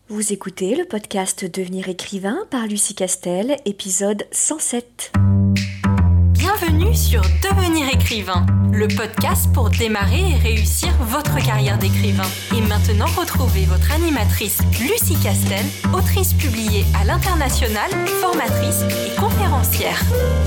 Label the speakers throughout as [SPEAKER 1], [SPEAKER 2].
[SPEAKER 1] Vous écoutez le podcast Devenir écrivain par Lucie Castel, épisode 107.
[SPEAKER 2] Bienvenue sur Devenir écrivain, le podcast pour démarrer et réussir votre carrière d'écrivain. Et maintenant, retrouvez votre animatrice Lucie Castel, autrice publiée à l'international, formatrice et conférencière.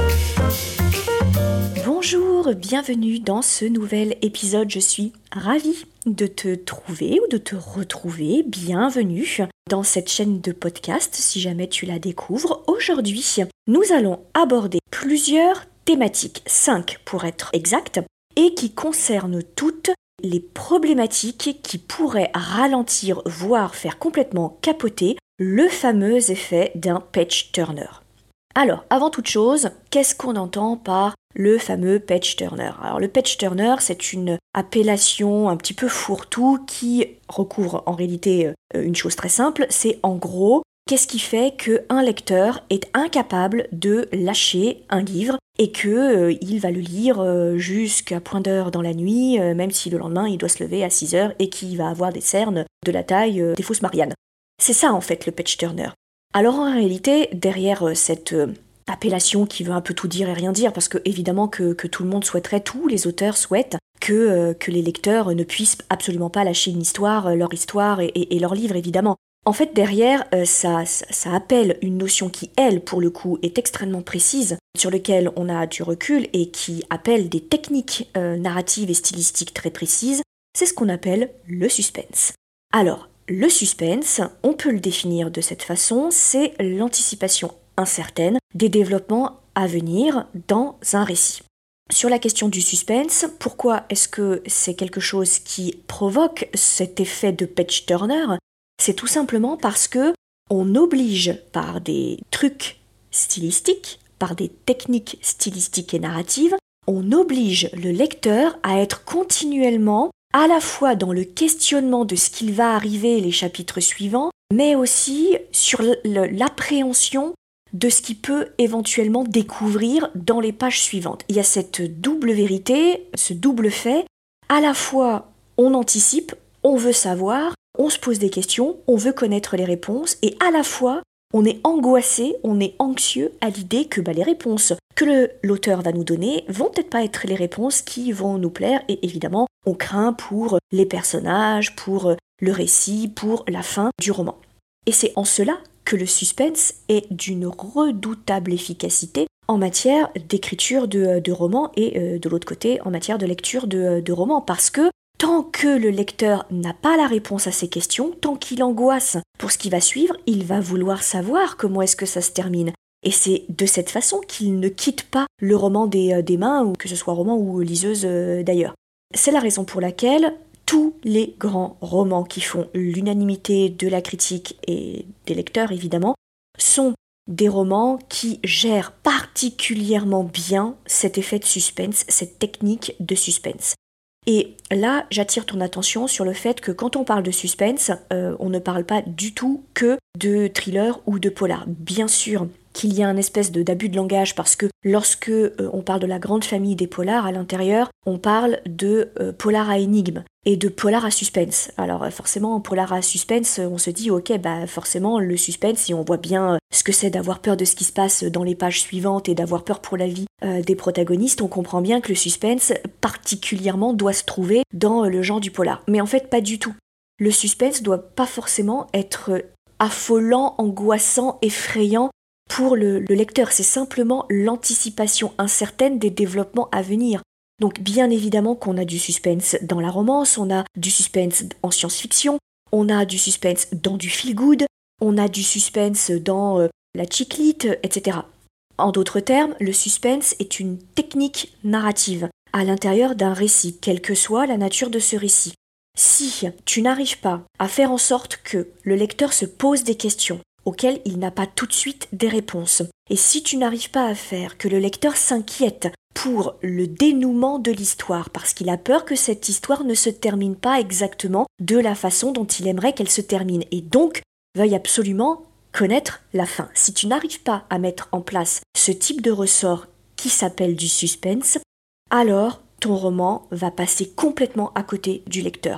[SPEAKER 1] Bonjour, bienvenue dans ce nouvel épisode. Je suis ravie de te trouver ou de te retrouver. Bienvenue dans cette chaîne de podcast si jamais tu la découvres. Aujourd'hui, nous allons aborder plusieurs thématiques, 5 pour être exact, et qui concernent toutes les problématiques qui pourraient ralentir, voire faire complètement capoter le fameux effet d'un page turner. Alors, avant toute chose, qu'est-ce qu'on entend par le fameux page turner? Alors, le page turner, c'est une appellation un petit peu fourre-tout qui recouvre en réalité une chose très simple, c'est en gros, qu'est-ce qui fait qu'un lecteur est incapable de lâcher un livre et qu'il va le lire jusqu'à point d'heure dans la nuit, même si le lendemain il doit se lever à 6 heures et qu'il va avoir des cernes de la taille des fausses Marianne. C'est ça en fait le page turner. Alors en réalité, derrière cette appellation qui veut un peu tout dire et rien dire, parce que évidemment que tout le monde souhaiterait, tous les auteurs souhaitent que les lecteurs ne puissent absolument pas lâcher une histoire, leur histoire et leur livre évidemment. En fait, derrière, ça appelle une notion qui, elle, pour le coup, est extrêmement précise, sur laquelle on a du recul et qui appelle des techniques narratives et stylistiques très précises. C'est ce qu'on appelle le suspense. Alors, le suspense, on peut le définir de cette façon, c'est l'anticipation incertaine des développements à venir dans un récit. Sur la question du suspense, pourquoi est-ce que c'est quelque chose qui provoque cet effet de page turner? C'est tout simplement parce que on oblige par des trucs stylistiques, par des techniques stylistiques et narratives, on oblige le lecteur à être continuellement à la fois dans le questionnement de ce qu'il va arriver les chapitres suivants, mais aussi sur l'appréhension de ce qu'il peut éventuellement découvrir dans les pages suivantes. Il y a cette double vérité, ce double fait, à la fois on anticipe, on veut savoir, on se pose des questions, on veut connaître les réponses, et à la fois on est angoissé, on est anxieux à l'idée que les réponses que l'auteur va nous donner vont peut-être pas être les réponses qui vont nous plaire, et évidemment on craint pour les personnages, pour le récit, pour la fin du roman. Et c'est en cela que le suspense est d'une redoutable efficacité en matière d'écriture de romans et de l'autre côté en matière de lecture de romans, parce que tant que le lecteur n'a pas la réponse à ses questions, tant qu'il angoisse pour ce qui va suivre, il va vouloir savoir comment est-ce que ça se termine. Et c'est de cette façon qu'il ne quitte pas le roman des mains, ou que ce soit roman ou liseuse d'ailleurs. C'est la raison pour laquelle tous les grands romans qui font l'unanimité de la critique et des lecteurs évidemment sont des romans qui gèrent particulièrement bien cet effet de suspense, cette technique de suspense. Et là, j'attire ton attention sur le fait que quand on parle de suspense, on ne parle pas du tout que de thriller ou de polar. Bien sûr qu'il y a un espèce d'abus de langage parce que lorsque on parle de la grande famille des polars, à l'intérieur, on parle de polar à énigme et de polar à suspense. Alors forcément, en polar à suspense, on se dit ok, forcément le suspense, et on voit bien ce que c'est d'avoir peur de ce qui se passe dans les pages suivantes et d'avoir peur pour la vie des protagonistes, on comprend bien que le suspense particulièrement doit se trouver dans le genre du polar. Mais en fait, pas du tout. Le suspense doit pas forcément être affolant, angoissant, effrayant pour le lecteur. C'est simplement l'anticipation incertaine des développements à venir. Donc bien évidemment qu'on a du suspense dans la romance, on a du suspense en science-fiction, on a du suspense dans du feel-good, on a du suspense dans la chick lit, etc. En d'autres termes, le suspense est une technique narrative à l'intérieur d'un récit, quelle que soit la nature de ce récit. Si tu n'arrives pas à faire en sorte que le lecteur se pose des questions auxquelles il n'a pas tout de suite des réponses, et si tu n'arrives pas à faire que le lecteur s'inquiète pour le dénouement de l'histoire, parce qu'il a peur que cette histoire ne se termine pas exactement de la façon dont il aimerait qu'elle se termine, et donc veuille absolument connaître la fin. Si tu n'arrives pas à mettre en place ce type de ressort qui s'appelle du suspense, alors ton roman va passer complètement à côté du lecteur.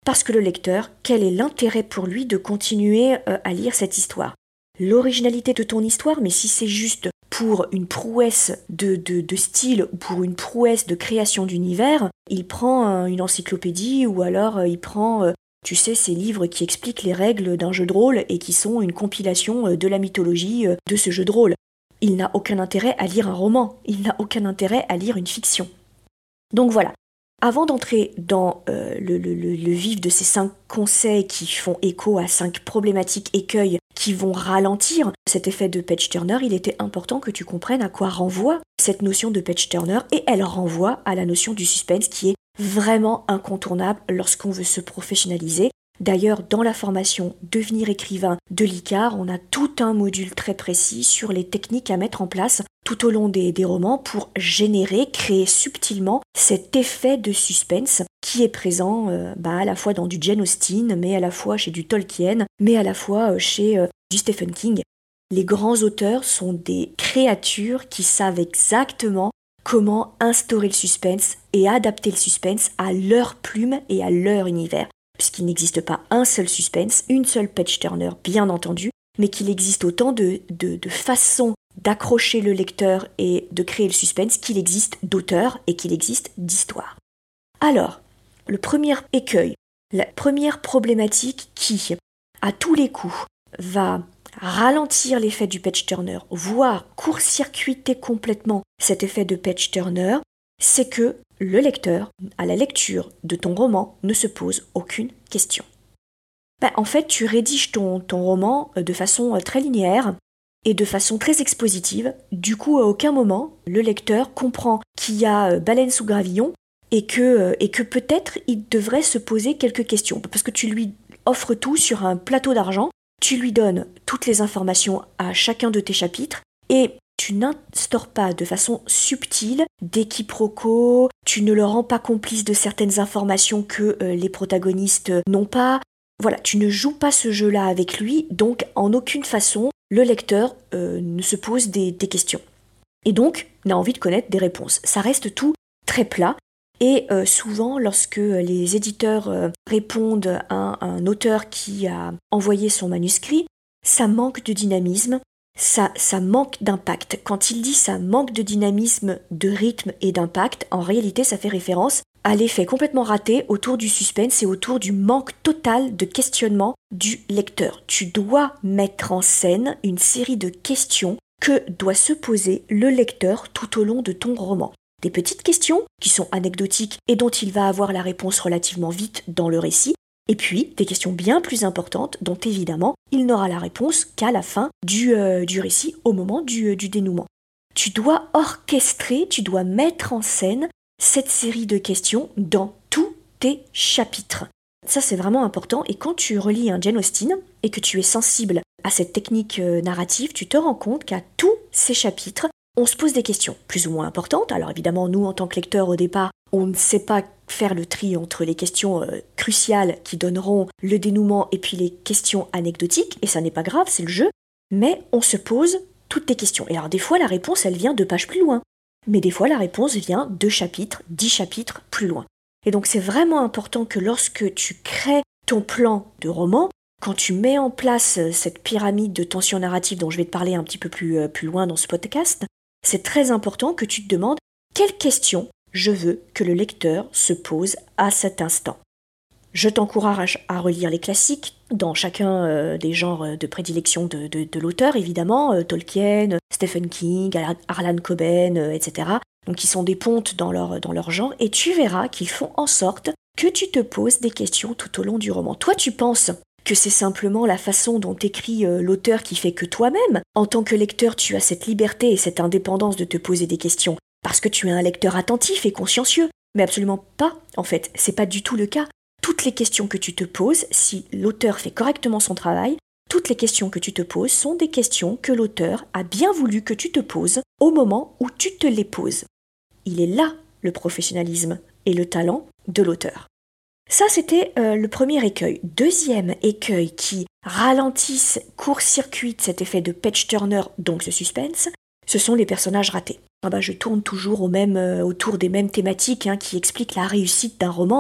[SPEAKER 1] Parce que le lecteur, quel est l'intérêt pour lui de continuer à lire cette histoire? L'originalité de ton histoire, mais si c'est juste pour une prouesse de style ou pour une prouesse de création d'univers, il prend une encyclopédie ou alors il prend, tu sais, ces livres qui expliquent les règles d'un jeu de rôle et qui sont une compilation de la mythologie de ce jeu de rôle. Il n'a aucun intérêt à lire un roman, il n'a aucun intérêt à lire une fiction. Donc voilà. Avant d'entrer dans le vif de ces 5 conseils qui font écho à 5 problématiques écueils qui vont ralentir cet effet de page-turner, il était important que tu comprennes à quoi renvoie cette notion de page-turner, et elle renvoie à la notion du suspense qui est vraiment incontournable lorsqu'on veut se professionnaliser. D'ailleurs, dans la formation Devenir écrivain de l'ICAR, on a tout un module très précis sur les techniques à mettre en place tout au long des romans pour créer subtilement cet effet de suspense qui est présent à la fois dans du Jane Austen, mais à la fois chez du Tolkien, mais à la fois chez du Stephen King. Les grands auteurs sont des créatures qui savent exactement comment instaurer le suspense et adapter le suspense à leur plume et à leur univers. Puisqu'il n'existe pas un seul suspense, une seule page-turner, bien entendu, mais qu'il existe autant de façons d'accrocher le lecteur et de créer le suspense qu'il existe d'auteurs et qu'il existe d'histoires. Alors, le premier écueil, la première problématique qui, à tous les coups, va ralentir l'effet du page-turner, voire court-circuiter complètement cet effet de page-turner, c'est que le lecteur, à la lecture de ton roman, ne se pose aucune question. En fait, tu rédiges ton roman de façon très linéaire et de façon très expositive. Du coup, à aucun moment, le lecteur comprend qu'il y a baleine sous gravillon et que peut-être il devrait se poser quelques questions. Parce que tu lui offres tout sur un plateau d'argent, tu lui donnes toutes les informations à chacun de tes chapitres et tu n'instaures pas de façon subtile des quiproquos, tu ne le rends pas complice de certaines informations que les protagonistes n'ont pas. Voilà, tu ne joues pas ce jeu-là avec lui, donc en aucune façon, le lecteur ne se pose des questions. Et donc, n'a envie de connaître des réponses. Ça reste tout très plat, et souvent, lorsque les éditeurs répondent à un auteur qui a envoyé son manuscrit, ça manque de dynamisme, ça manque d'impact. Quand il dit ça manque de dynamisme, de rythme et d'impact, en réalité, ça fait référence à l'effet complètement raté autour du suspense et autour du manque total de questionnement du lecteur. Tu dois mettre en scène une série de questions que doit se poser le lecteur tout au long de ton roman. Des petites questions qui sont anecdotiques et dont il va avoir la réponse relativement vite dans le récit, et puis des questions bien plus importantes dont évidemment il n'aura la réponse qu'à la fin du récit, au moment du dénouement. Tu dois orchestrer, tu dois mettre en scène cette série de questions dans tous tes chapitres. Ça, c'est vraiment important, et quand tu relis un Jane Austen et que tu es sensible à cette technique narrative, tu te rends compte qu'à tous ces chapitres, on se pose des questions plus ou moins importantes. Alors évidemment, nous, en tant que lecteurs, au départ, on ne sait pas faire le tri entre les questions cruciales qui donneront le dénouement et puis les questions anecdotiques, et ça n'est pas grave, c'est le jeu, mais on se pose toutes les questions. Et alors des fois, la réponse, elle vient 2 pages plus loin. Mais des fois, la réponse vient 2 chapitres, 10 chapitres plus loin. Et donc, c'est vraiment important que lorsque tu crées ton plan de roman, quand tu mets en place cette pyramide de tension narrative dont je vais te parler un petit peu plus loin dans ce podcast, c'est très important que tu te demandes quelles questions je veux que le lecteur se pose à cet instant. Je t'encourage à relire les classiques dans chacun des genres de prédilection de l'auteur, évidemment, Tolkien, Stephen King, Harlan Coben, etc. Donc ils sont des pontes dans leur genre, et tu verras qu'ils font en sorte que tu te poses des questions tout au long du roman. Toi, tu penses que c'est simplement la façon dont écrit l'auteur qui fait que toi-même, en tant que lecteur, tu as cette liberté et cette indépendance de te poser des questions, parce que tu es un lecteur attentif et consciencieux. Mais absolument pas, en fait, c'est pas du tout le cas. Toutes les questions que tu te poses, si l'auteur fait correctement son travail, toutes les questions que tu te poses sont des questions que l'auteur a bien voulu que tu te poses au moment où tu te les poses. Il est là le professionnalisme et le talent de l'auteur. Ça, c'était le premier écueil. Deuxième écueil qui ralentisse, court-circuite cet effet de page-turner, donc ce suspense, ce sont les personnages ratés. Je tourne toujours autour des mêmes thématiques qui expliquent la réussite d'un roman.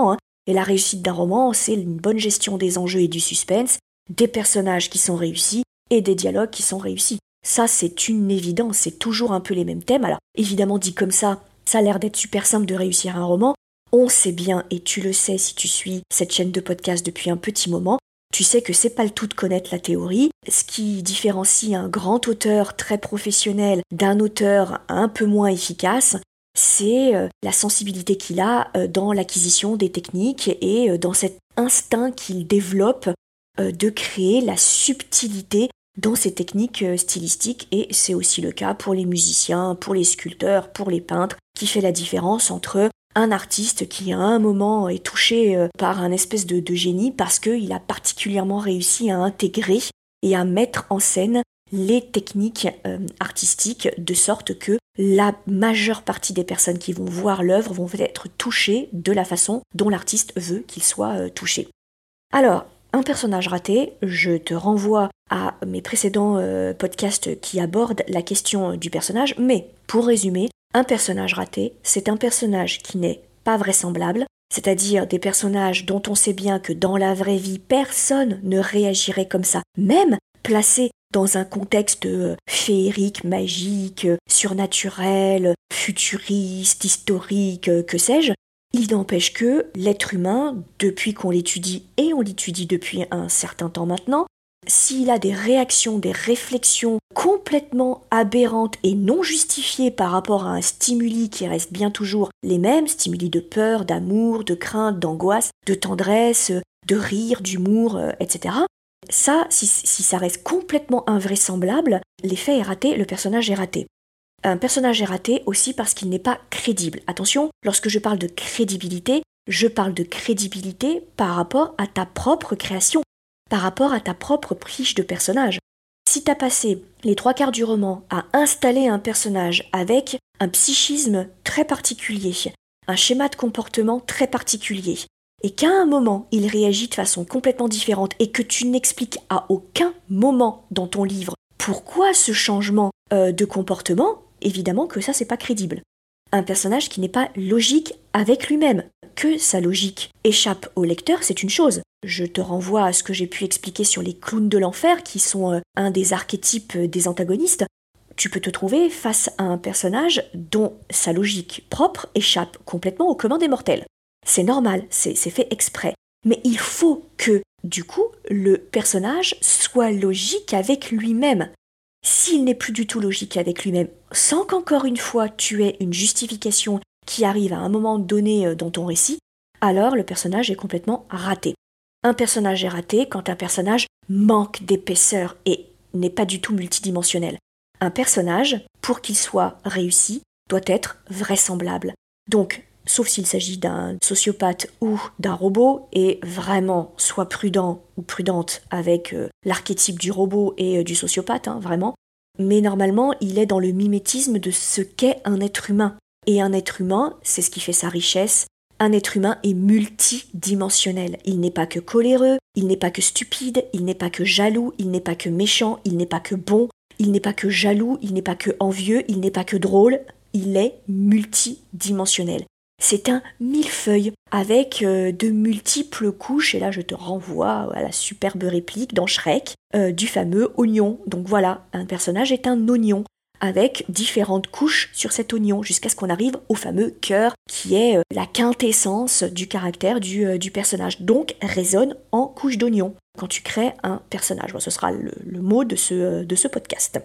[SPEAKER 1] Et la réussite d'un roman, c'est une bonne gestion des enjeux et du suspense, des personnages qui sont réussis et des dialogues qui sont réussis. Ça, c'est une évidence, c'est toujours un peu les mêmes thèmes. Alors, évidemment, dit comme ça a l'air d'être super simple de réussir un roman. On sait bien, et tu le sais si tu suis cette chaîne de podcast depuis un petit moment, tu sais que c'est pas le tout de connaître la théorie. Ce qui différencie un grand auteur très professionnel d'un auteur un peu moins efficace, c'est la sensibilité qu'il a dans l'acquisition des techniques et dans cet instinct qu'il développe de créer la subtilité dans ces techniques stylistiques, et c'est aussi le cas pour les musiciens, pour les sculpteurs, pour les peintres, qui fait la différence entre un artiste qui à un moment est touché par un espèce de génie parce qu'il a particulièrement réussi à intégrer et à mettre en scène les techniques artistiques de sorte que la majeure partie des personnes qui vont voir l'œuvre vont être touchées de la façon dont l'artiste veut qu'il soit touché. Alors, un personnage raté, je te renvoie à mes précédents podcasts qui abordent la question du personnage, mais pour résumer, un personnage raté, c'est un personnage qui n'est pas vraisemblable, c'est-à-dire des personnages dont on sait bien que dans la vraie vie, personne ne réagirait comme ça, même placé dans un contexte féerique, magique, surnaturel, futuriste, historique, que sais-je. Il n'empêche que l'être humain, depuis qu'on l'étudie, et on l'étudie depuis un certain temps maintenant, s'il a des réactions, des réflexions complètement aberrantes et non justifiées par rapport à un stimuli qui reste bien toujours les mêmes, stimuli de peur, d'amour, de crainte, d'angoisse, de tendresse, de rire, d'humour, etc. Ça, si ça reste complètement invraisemblable, l'effet est raté, le personnage est raté. Un personnage est raté aussi parce qu'il n'est pas crédible. Attention, lorsque je parle de crédibilité, je parle de crédibilité par rapport à ta propre création, par rapport à ta propre fiche de personnage. Si tu as passé les 3/4 du roman à installer un personnage avec un psychisme très particulier, un schéma de comportement très particulier, et qu'à un moment, il réagit de façon complètement différente et que tu n'expliques à aucun moment dans ton livre pourquoi ce changement de comportement, évidemment que ça, c'est pas crédible. Un personnage qui n'est pas logique avec lui-même. Que sa logique échappe au lecteur, c'est une chose. Je te renvoie à ce que j'ai pu expliquer sur les clowns de l'enfer, qui sont un des archétypes des antagonistes. Tu peux te trouver face à un personnage dont sa logique propre échappe complètement au commun des mortels. C'est normal, c'est fait exprès. Mais il faut que, du coup, le personnage soit logique avec lui-même. S'il n'est plus du tout logique avec lui-même, sans qu'encore une fois tu aies une justification qui arrive à un moment donné dans ton récit, alors le personnage est complètement raté. Un personnage est raté quand un personnage manque d'épaisseur et n'est pas du tout multidimensionnel. Un personnage, pour qu'il soit réussi, doit être vraisemblable. Donc, sauf s'il s'agit d'un sociopathe ou d'un robot, et vraiment, sois prudent ou prudente avec l'archétype du robot et du sociopathe, vraiment. Mais normalement, il est dans le mimétisme de ce qu'est un être humain. Et un être humain, c'est ce qui fait sa richesse. Un être humain est multidimensionnel. Il n'est pas que coléreux, il n'est pas que stupide, il n'est pas que jaloux, il n'est pas que méchant, il n'est pas que bon, il n'est pas que jaloux, il n'est pas que envieux, il n'est pas que drôle. Il est multidimensionnel. C'est un millefeuille avec de multiples couches, et là je te renvoie à la superbe réplique dans Shrek du fameux oignon. Donc voilà, un personnage est un oignon avec différentes couches sur cet oignon jusqu'à ce qu'on arrive au fameux cœur qui est la quintessence du caractère du personnage. Donc résonne en couche d'oignon quand tu crées un personnage. Bon, ce sera le mot de ce podcast.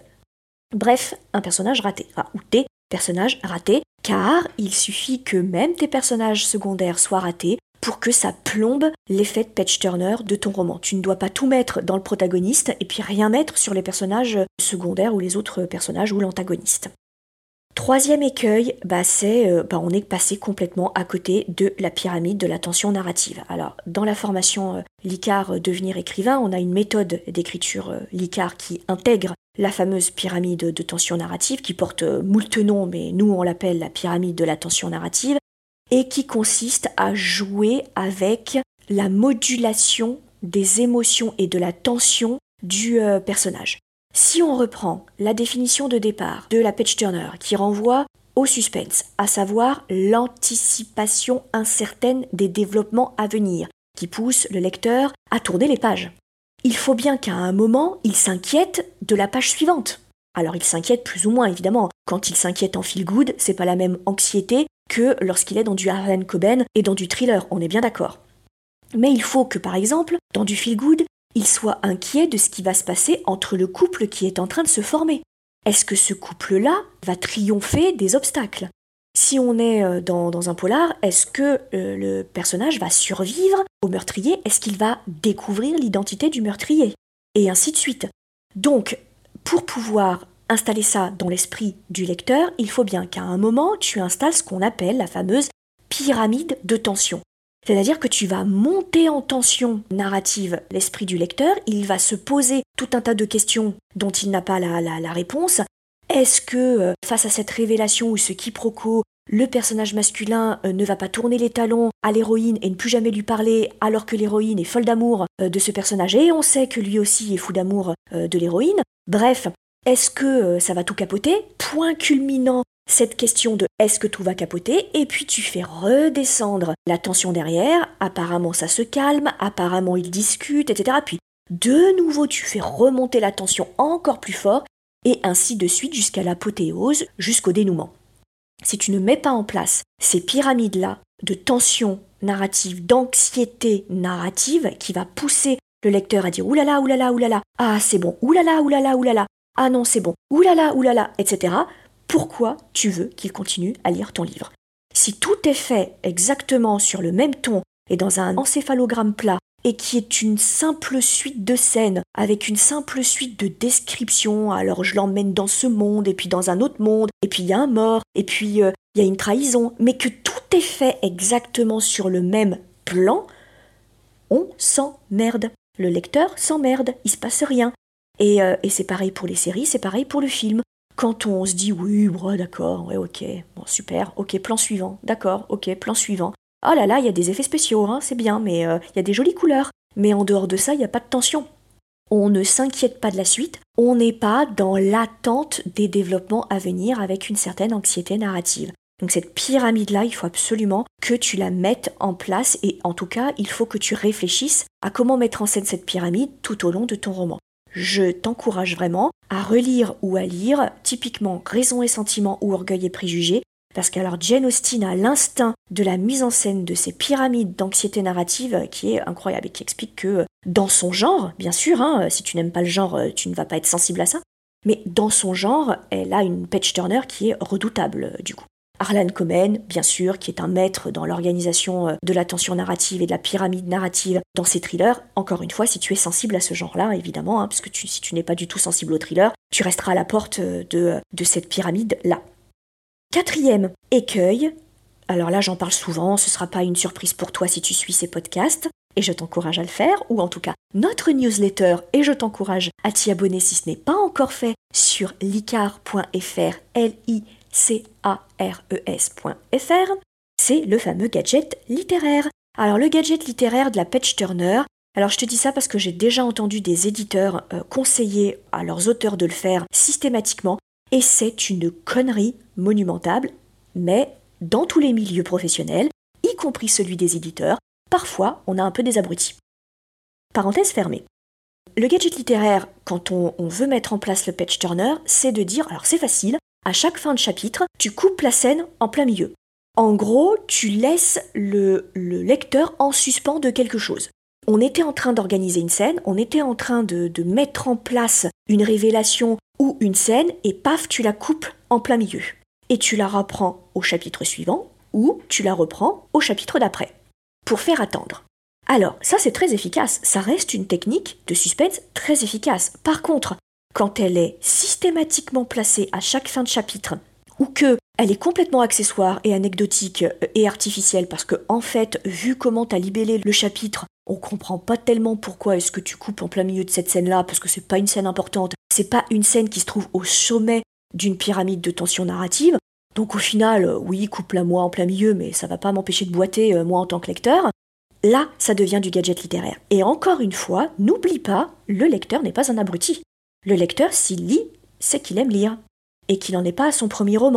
[SPEAKER 1] Bref, un personnage raté, ou des personnages ratés, car il suffit que même tes personnages secondaires soient ratés pour que ça plombe l'effet de page-turner de ton roman. Tu ne dois pas tout mettre dans le protagoniste et puis rien mettre sur les personnages secondaires ou les autres personnages ou l'antagoniste. Troisième écueil, on est passé complètement à côté de la pyramide de la tension narrative. Alors, dans la formation Licard Devenir écrivain, on a une méthode d'écriture Licard qui intègre la fameuse pyramide de tension narrative, qui porte moult noms, mais nous on l'appelle la pyramide de la tension narrative, et qui consiste à jouer avec la modulation des émotions et de la tension du personnage. Si on reprend la définition de départ de la page-turner qui renvoie au suspense, à savoir l'anticipation incertaine des développements à venir, qui pousse le lecteur à tourner les pages. Il faut bien qu'à un moment, il s'inquiète de la page suivante. Alors il s'inquiète plus ou moins, évidemment. Quand il s'inquiète en feel-good, c'est pas la même anxiété que lorsqu'il est dans du Harlan Coben et dans du thriller, on est bien d'accord. Mais il faut que, par exemple, dans du feel-good, il soit inquiet de ce qui va se passer entre le couple qui est en train de se former. Est-ce que ce couple-là va triompher des obstacles ? Si on est dans un polar, est-ce que le personnage va survivre au meurtrier ? Est-ce qu'il va découvrir l'identité du meurtrier ? Et ainsi de suite. Donc, pour pouvoir installer ça dans l'esprit du lecteur, il faut bien qu'à un moment, tu installes ce qu'on appelle la fameuse pyramide de tension. C'est-à-dire que tu vas monter en tension narrative l'esprit du lecteur, il va se poser tout un tas de questions dont il n'a pas la réponse. Est-ce que, face à cette révélation ou ce quiproquo, le personnage masculin ne va pas tourner les talons à l'héroïne et ne plus jamais lui parler alors que l'héroïne est folle d'amour de ce personnage et on sait que lui aussi est fou d'amour de l'héroïne. Bref, est-ce que ça va tout capoter ? Point culminant, cette question de est-ce que tout va capoter ? Et puis tu fais redescendre la tension derrière, apparemment ça se calme, apparemment ils discutent, etc. Puis de nouveau tu fais remonter la tension encore plus fort, et ainsi de suite jusqu'à l'apothéose, jusqu'au dénouement. Si tu ne mets pas en place ces pyramides-là de tension narrative, d'anxiété narrative, qui va pousser le lecteur à dire oulala, oulala, oulala, ah c'est bon, oulala, oulala, oulala, ah non c'est bon, oulala, oulala, etc., pourquoi tu veux qu'il continue à lire ton livre ? Si tout est fait exactement sur le même ton et dans un encéphalogramme plat, et qui est une simple suite de scènes, avec une simple suite de descriptions, alors je l'emmène dans ce monde, et puis dans un autre monde, et puis il y a un mort, et puis il y a une trahison, mais que tout est fait exactement sur le même plan, on s'emmerde. Le lecteur s'emmerde, il se passe rien. Et c'est pareil pour les séries, c'est pareil pour le film. Quand on se dit oui, bon, d'accord, ouais, ok, bon, super, ok, plan suivant, d'accord, ok, plan suivant. Oh là là, il y a des effets spéciaux, hein, c'est bien, mais il y a des jolies couleurs. Mais en dehors de ça, il n'y a pas de tension. On ne s'inquiète pas de la suite, on n'est pas dans l'attente des développements à venir avec une certaine anxiété narrative. Donc cette pyramide-là, il faut absolument que tu la mettes en place et en tout cas, il faut que tu réfléchisses à comment mettre en scène cette pyramide tout au long de ton roman. Je t'encourage vraiment à relire ou à lire typiquement Raison et Sentiment ou Orgueil et Préjugés, parce qu'alors Jane Austen a l'instinct de la mise en scène de ces pyramides d'anxiété narrative qui est incroyable et qui explique que dans son genre, bien sûr, hein, si tu n'aimes pas le genre, tu ne vas pas être sensible à ça, mais dans son genre, elle a une page-turner qui est redoutable du coup. Harlan Coben, bien sûr, qui est un maître dans l'organisation de la tension narrative et de la pyramide narrative dans ses thrillers. Encore une fois, si tu es sensible à ce genre-là, évidemment, hein, parce que si tu n'es pas du tout sensible au thriller, tu resteras à la porte de cette pyramide-là. 4e écueil, alors là j'en parle souvent, ce ne sera pas une surprise pour toi si tu suis ces podcasts, et je t'encourage à le faire, ou en tout cas notre newsletter, et je t'encourage à t'y abonner si ce n'est pas encore fait sur licar.fr, licares.fr, c'est le fameux gadget littéraire. Alors le gadget littéraire de la page-turner, alors je te dis ça parce que j'ai déjà entendu des éditeurs conseiller à leurs auteurs de le faire systématiquement, et c'est une connerie monumentale, mais dans tous les milieux professionnels, y compris celui des éditeurs, parfois on a un peu des abrutis. Parenthèse fermée. Le gadget littéraire, quand on veut mettre en place le page-turner, c'est de dire, alors c'est facile, à chaque fin de chapitre, tu coupes la scène en plein milieu. En gros, tu laisses le lecteur en suspens de quelque chose. On était en train d'organiser une scène, on était en train de mettre en place une révélation ou une scène, et paf, tu la coupes en plein milieu. Et tu la reprends au chapitre suivant, ou tu la reprends au chapitre d'après, pour faire attendre. Alors, ça c'est très efficace, ça reste une technique de suspense très efficace. Par contre, quand elle est systématiquement placée à chaque fin de chapitre, ou que elle est complètement accessoire et anecdotique et artificielle, parce que en fait, vu comment tu as libellé le chapitre, on comprend pas tellement pourquoi est-ce que tu coupes en plein milieu de cette scène-là, parce que c'est pas une scène importante, c'est pas une scène qui se trouve au sommet d'une pyramide de tension narrative, donc au final, oui, coupe-la moi en plein milieu, mais ça va pas m'empêcher de boiter, moi en tant que lecteur. Là, ça devient du gadget littéraire. Et encore une fois, n'oublie pas, le lecteur n'est pas un abruti. Le lecteur, s'il lit, c'est qu'il aime lire, et qu'il n'en est pas à son premier roman.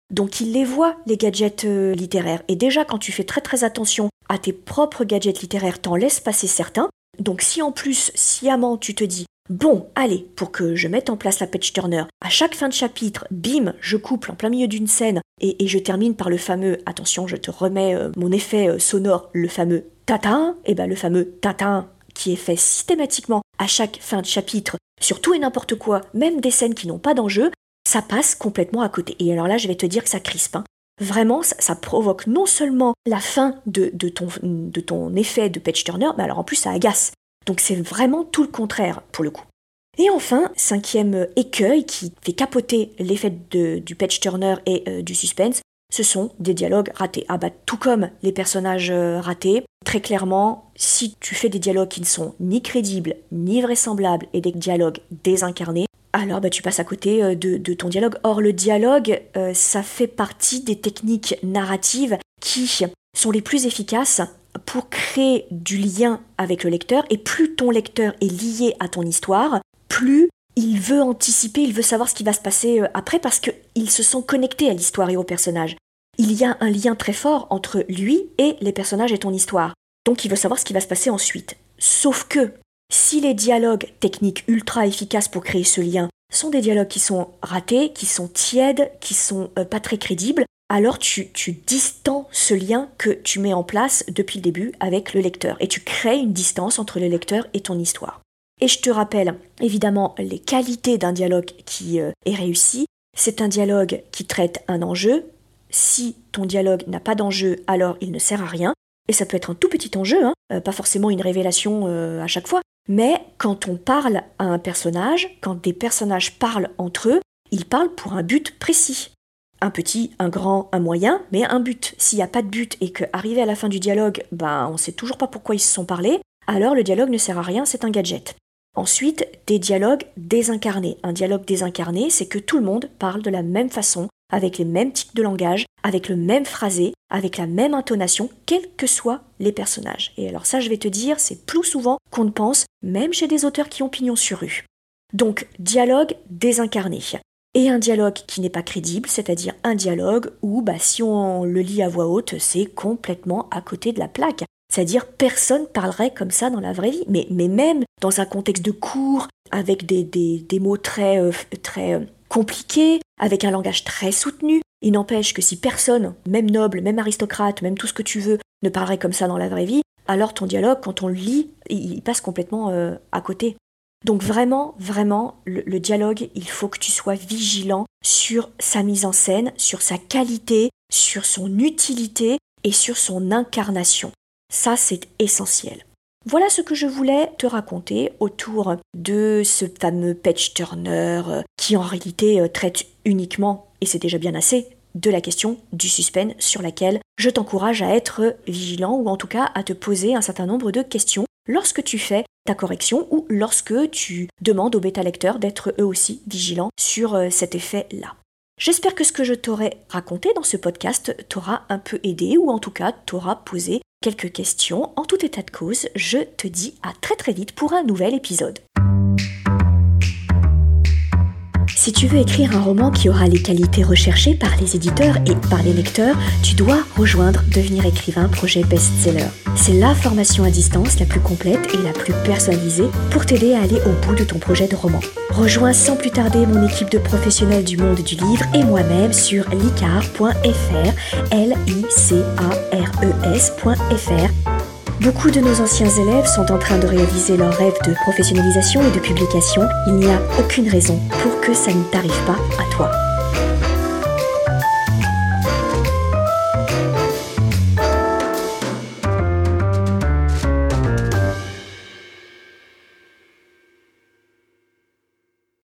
[SPEAKER 1] Donc il les voit, les gadgets littéraires. Et déjà, quand tu fais très très attention à tes propres gadgets littéraires, t'en laisses passer certains. Donc si en plus, sciemment, tu te dis « Bon, allez, pour que je mette en place la page turner, à chaque fin de chapitre, bim, je couple en plein milieu d'une scène et je termine par le fameux, attention, je te remets mon effet sonore, le fameux tatin, et ben le fameux tatin qui est fait systématiquement à chaque fin de chapitre, sur tout et n'importe quoi, même des scènes qui n'ont pas d'enjeu, ça passe complètement à côté. Et alors là, je vais te dire que ça crispe. Vraiment, ça provoque non seulement la fin de ton effet de page turner, mais alors en plus ça agace. Donc c'est vraiment tout le contraire pour le coup. Et enfin, 5e écueil qui fait capoter l'effet du page turner et du suspense, ce sont des dialogues ratés. Ah bah tout comme les personnages ratés, très clairement, si tu fais des dialogues qui ne sont ni crédibles, ni vraisemblables et des dialogues désincarnés, alors tu passes à côté de ton dialogue. Or le dialogue, ça fait partie des techniques narratives qui sont les plus efficaces pour créer du lien avec le lecteur. Et plus ton lecteur est lié à ton histoire, plus il veut anticiper, il veut savoir ce qui va se passer après parce qu'il se sent connecté à l'histoire et au personnage. Il y a un lien très fort entre lui et les personnages et ton histoire. Donc il veut savoir ce qui va se passer ensuite. Sauf que si les dialogues techniques ultra efficaces pour créer ce lien sont des dialogues qui sont ratés, qui sont tièdes, qui sont pas très crédibles, alors tu distends ce lien que tu mets en place depuis le début avec le lecteur et tu crées une distance entre le lecteur et ton histoire. Et je te rappelle évidemment les qualités d'un dialogue qui est réussi. C'est un dialogue qui traite un enjeu. Si ton dialogue n'a pas d'enjeu, alors il ne sert à rien. Et ça peut être un tout petit enjeu, pas forcément une révélation à chaque fois. Mais quand on parle à un personnage, quand des personnages parlent entre eux, ils parlent pour un but précis. Un petit, un grand, un moyen, mais un but. S'il n'y a pas de but et qu'arrivé à la fin du dialogue, on ne sait toujours pas pourquoi ils se sont parlé, alors le dialogue ne sert à rien, c'est un gadget. Ensuite, des dialogues désincarnés. Un dialogue désincarné, c'est que tout le monde parle de la même façon, avec les mêmes tics de langage, avec le même phrasé, avec la même intonation, quels que soient les personnages. Et alors ça, je vais te dire, c'est plus souvent qu'on ne pense, même chez des auteurs qui ont pignon sur rue. Donc, dialogue désincarné. Et un dialogue qui n'est pas crédible, c'est-à-dire un dialogue où, si on le lit à voix haute, c'est complètement à côté de la plaque. C'est-à-dire, personne parlerait comme ça dans la vraie vie. Mais même dans un contexte de cours, avec des mots très compliqués, avec un langage très soutenu, il n'empêche que si personne, même noble, même aristocrate, même tout ce que tu veux, ne parlerait comme ça dans la vraie vie, alors ton dialogue, quand on le lit, il passe complètement à côté. Donc vraiment, le dialogue, il faut que tu sois vigilant sur sa mise en scène, sur sa qualité, sur son utilité et sur son incarnation. Ça, c'est essentiel. Voilà ce que je voulais te raconter autour de ce fameux page turner qui en réalité traite uniquement, et c'est déjà bien assez, de la question du suspense sur laquelle je t'encourage à être vigilant ou en tout cas à te poser un certain nombre de questions lorsque tu fais ta correction ou lorsque tu demandes aux bêta-lecteurs d'être eux aussi vigilants sur cet effet-là. J'espère que ce que je t'aurai raconté dans ce podcast t'aura un peu aidé ou en tout cas t'aura posé quelques questions. En tout état de cause, je te dis à très très vite pour un nouvel épisode. Si tu veux écrire un roman qui aura les qualités recherchées par les éditeurs et par les lecteurs, tu dois rejoindre Devenir écrivain projet best-seller. C'est la formation à distance la plus complète et la plus personnalisée pour t'aider à aller au bout de ton projet de roman. Rejoins sans plus tarder mon équipe de professionnels du monde du livre et moi-même sur licares.fr, licares.fr. Beaucoup de nos anciens élèves sont en train de réaliser leur rêve de professionnalisation et de publication. Il n'y a aucune raison pour que ça ne t'arrive pas à toi.